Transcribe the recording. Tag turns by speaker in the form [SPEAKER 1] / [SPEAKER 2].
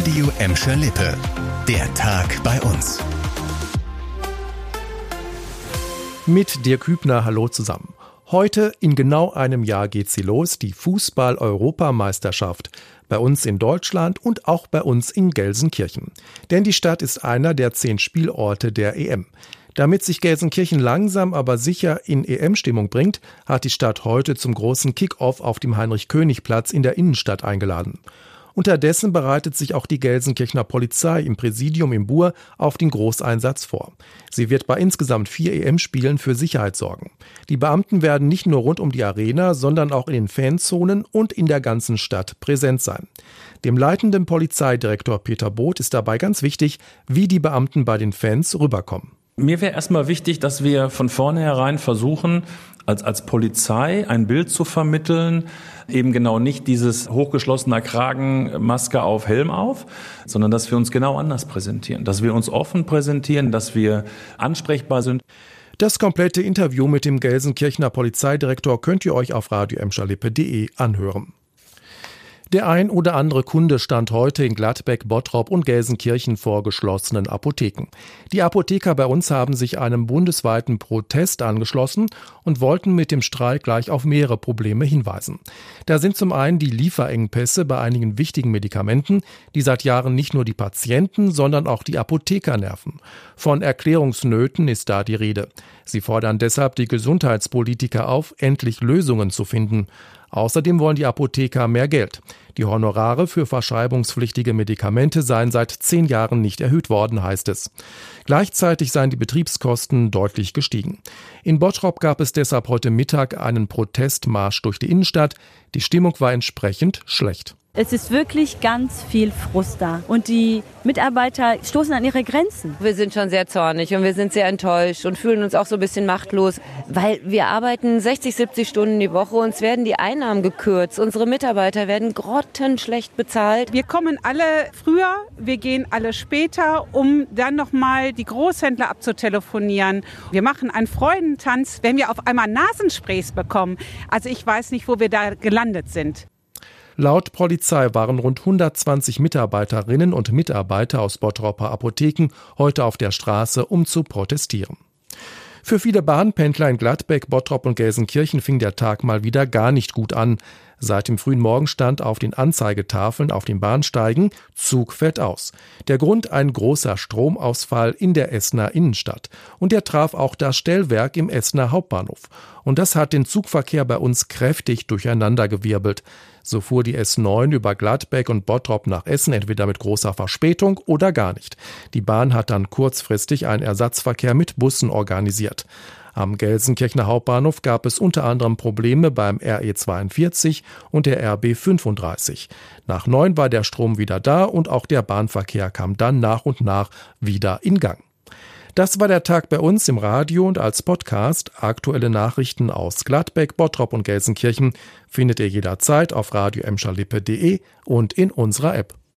[SPEAKER 1] Radio Emscher Lippe. Der Tag bei uns.
[SPEAKER 2] Mit Dirk Hübner, hallo zusammen. Heute in genau einem Jahr geht sie los, die Fußball-Europameisterschaft. Bei uns in Deutschland und auch bei uns in Gelsenkirchen. Denn die Stadt ist einer der 10 Spielorte der EM. Damit sich Gelsenkirchen langsam aber sicher in EM-Stimmung bringt, hat die Stadt heute zum großen Kick-Off auf dem Heinrich-König-Platz in der Innenstadt eingeladen. Unterdessen bereitet sich auch die Gelsenkirchener Polizei im Präsidium im Bur auf den Großeinsatz vor. Sie wird bei insgesamt 4 EM-Spielen für Sicherheit sorgen. Die Beamten werden nicht nur rund um die Arena, sondern auch in den Fanzonen und in der ganzen Stadt präsent sein. Dem leitenden Polizeidirektor Peter Both ist dabei ganz wichtig, wie die Beamten bei den Fans rüberkommen.
[SPEAKER 3] Mir wäre erstmal wichtig, dass wir von vornherein versuchen, als Polizei ein Bild zu vermitteln, eben genau nicht dieses hochgeschlossener Kragen, Maske auf, Helm auf, sondern dass wir uns genau anders präsentieren, dass wir uns offen präsentieren, dass wir ansprechbar sind.
[SPEAKER 2] Das komplette Interview mit dem Gelsenkirchener Polizeidirektor könnt ihr euch auf radioemscherlippe.de anhören. Der ein oder andere Kunde stand heute in Gladbeck, Bottrop und Gelsenkirchen vor geschlossenen Apotheken. Die Apotheker bei uns haben sich einem bundesweiten Protest angeschlossen und wollten mit dem Streik gleich auf mehrere Probleme hinweisen. Da sind zum einen die Lieferengpässe bei einigen wichtigen Medikamenten, die seit Jahren nicht nur die Patienten, sondern auch die Apotheker nerven. Von Erklärungsnöten ist da die Rede. Sie fordern deshalb die Gesundheitspolitiker auf, endlich Lösungen zu finden. Außerdem wollen die Apotheker mehr Geld. Die Honorare für verschreibungspflichtige Medikamente seien seit 10 Jahren nicht erhöht worden, heißt es. Gleichzeitig seien die Betriebskosten deutlich gestiegen. In Bottrop gab es deshalb heute Mittag einen Protestmarsch durch die Innenstadt. Die Stimmung war entsprechend schlecht.
[SPEAKER 4] Es ist wirklich ganz viel Frust da und die Mitarbeiter stoßen an ihre Grenzen.
[SPEAKER 5] Wir sind schon sehr zornig und wir sind sehr enttäuscht und fühlen uns auch so ein bisschen machtlos, weil wir arbeiten 60, 70 Stunden die Woche, uns werden die Einnahmen gekürzt, unsere Mitarbeiter werden grottenschlecht bezahlt.
[SPEAKER 6] Wir kommen alle früher, wir gehen alle später, um dann nochmal die Großhändler abzutelefonieren. Wir machen einen Freudentanz, wenn wir auf einmal Nasensprays bekommen. Also ich weiß nicht, wo wir da gelandet sind.
[SPEAKER 2] Laut Polizei waren rund 120 Mitarbeiterinnen und Mitarbeiter aus Bottroper Apotheken heute auf der Straße, um zu protestieren. Für viele Bahnpendler in Gladbeck, Bottrop und Gelsenkirchen fing der Tag mal wieder gar nicht gut an. Seit dem frühen Morgen stand auf den Anzeigetafeln auf den Bahnsteigen „Zug fällt aus". Der Grund: ein großer Stromausfall in der Essener Innenstadt. Und der traf auch das Stellwerk im Essener Hauptbahnhof. Und das hat den Zugverkehr bei uns kräftig durcheinandergewirbelt. So fuhr die S9 über Gladbeck und Bottrop nach Essen entweder mit großer Verspätung oder gar nicht. Die Bahn hat dann kurzfristig einen Ersatzverkehr mit Bussen organisiert. Am Gelsenkirchener Hauptbahnhof gab es unter anderem Probleme beim RE42 und der RB 35. Nach 9 war der Strom wieder da und auch der Bahnverkehr kam dann nach und nach wieder in Gang. Das war der Tag bei uns im Radio und als Podcast. Aktuelle Nachrichten aus Gladbeck, Bottrop und Gelsenkirchen findet ihr jederzeit auf radioemscherlippe.de und in unserer App.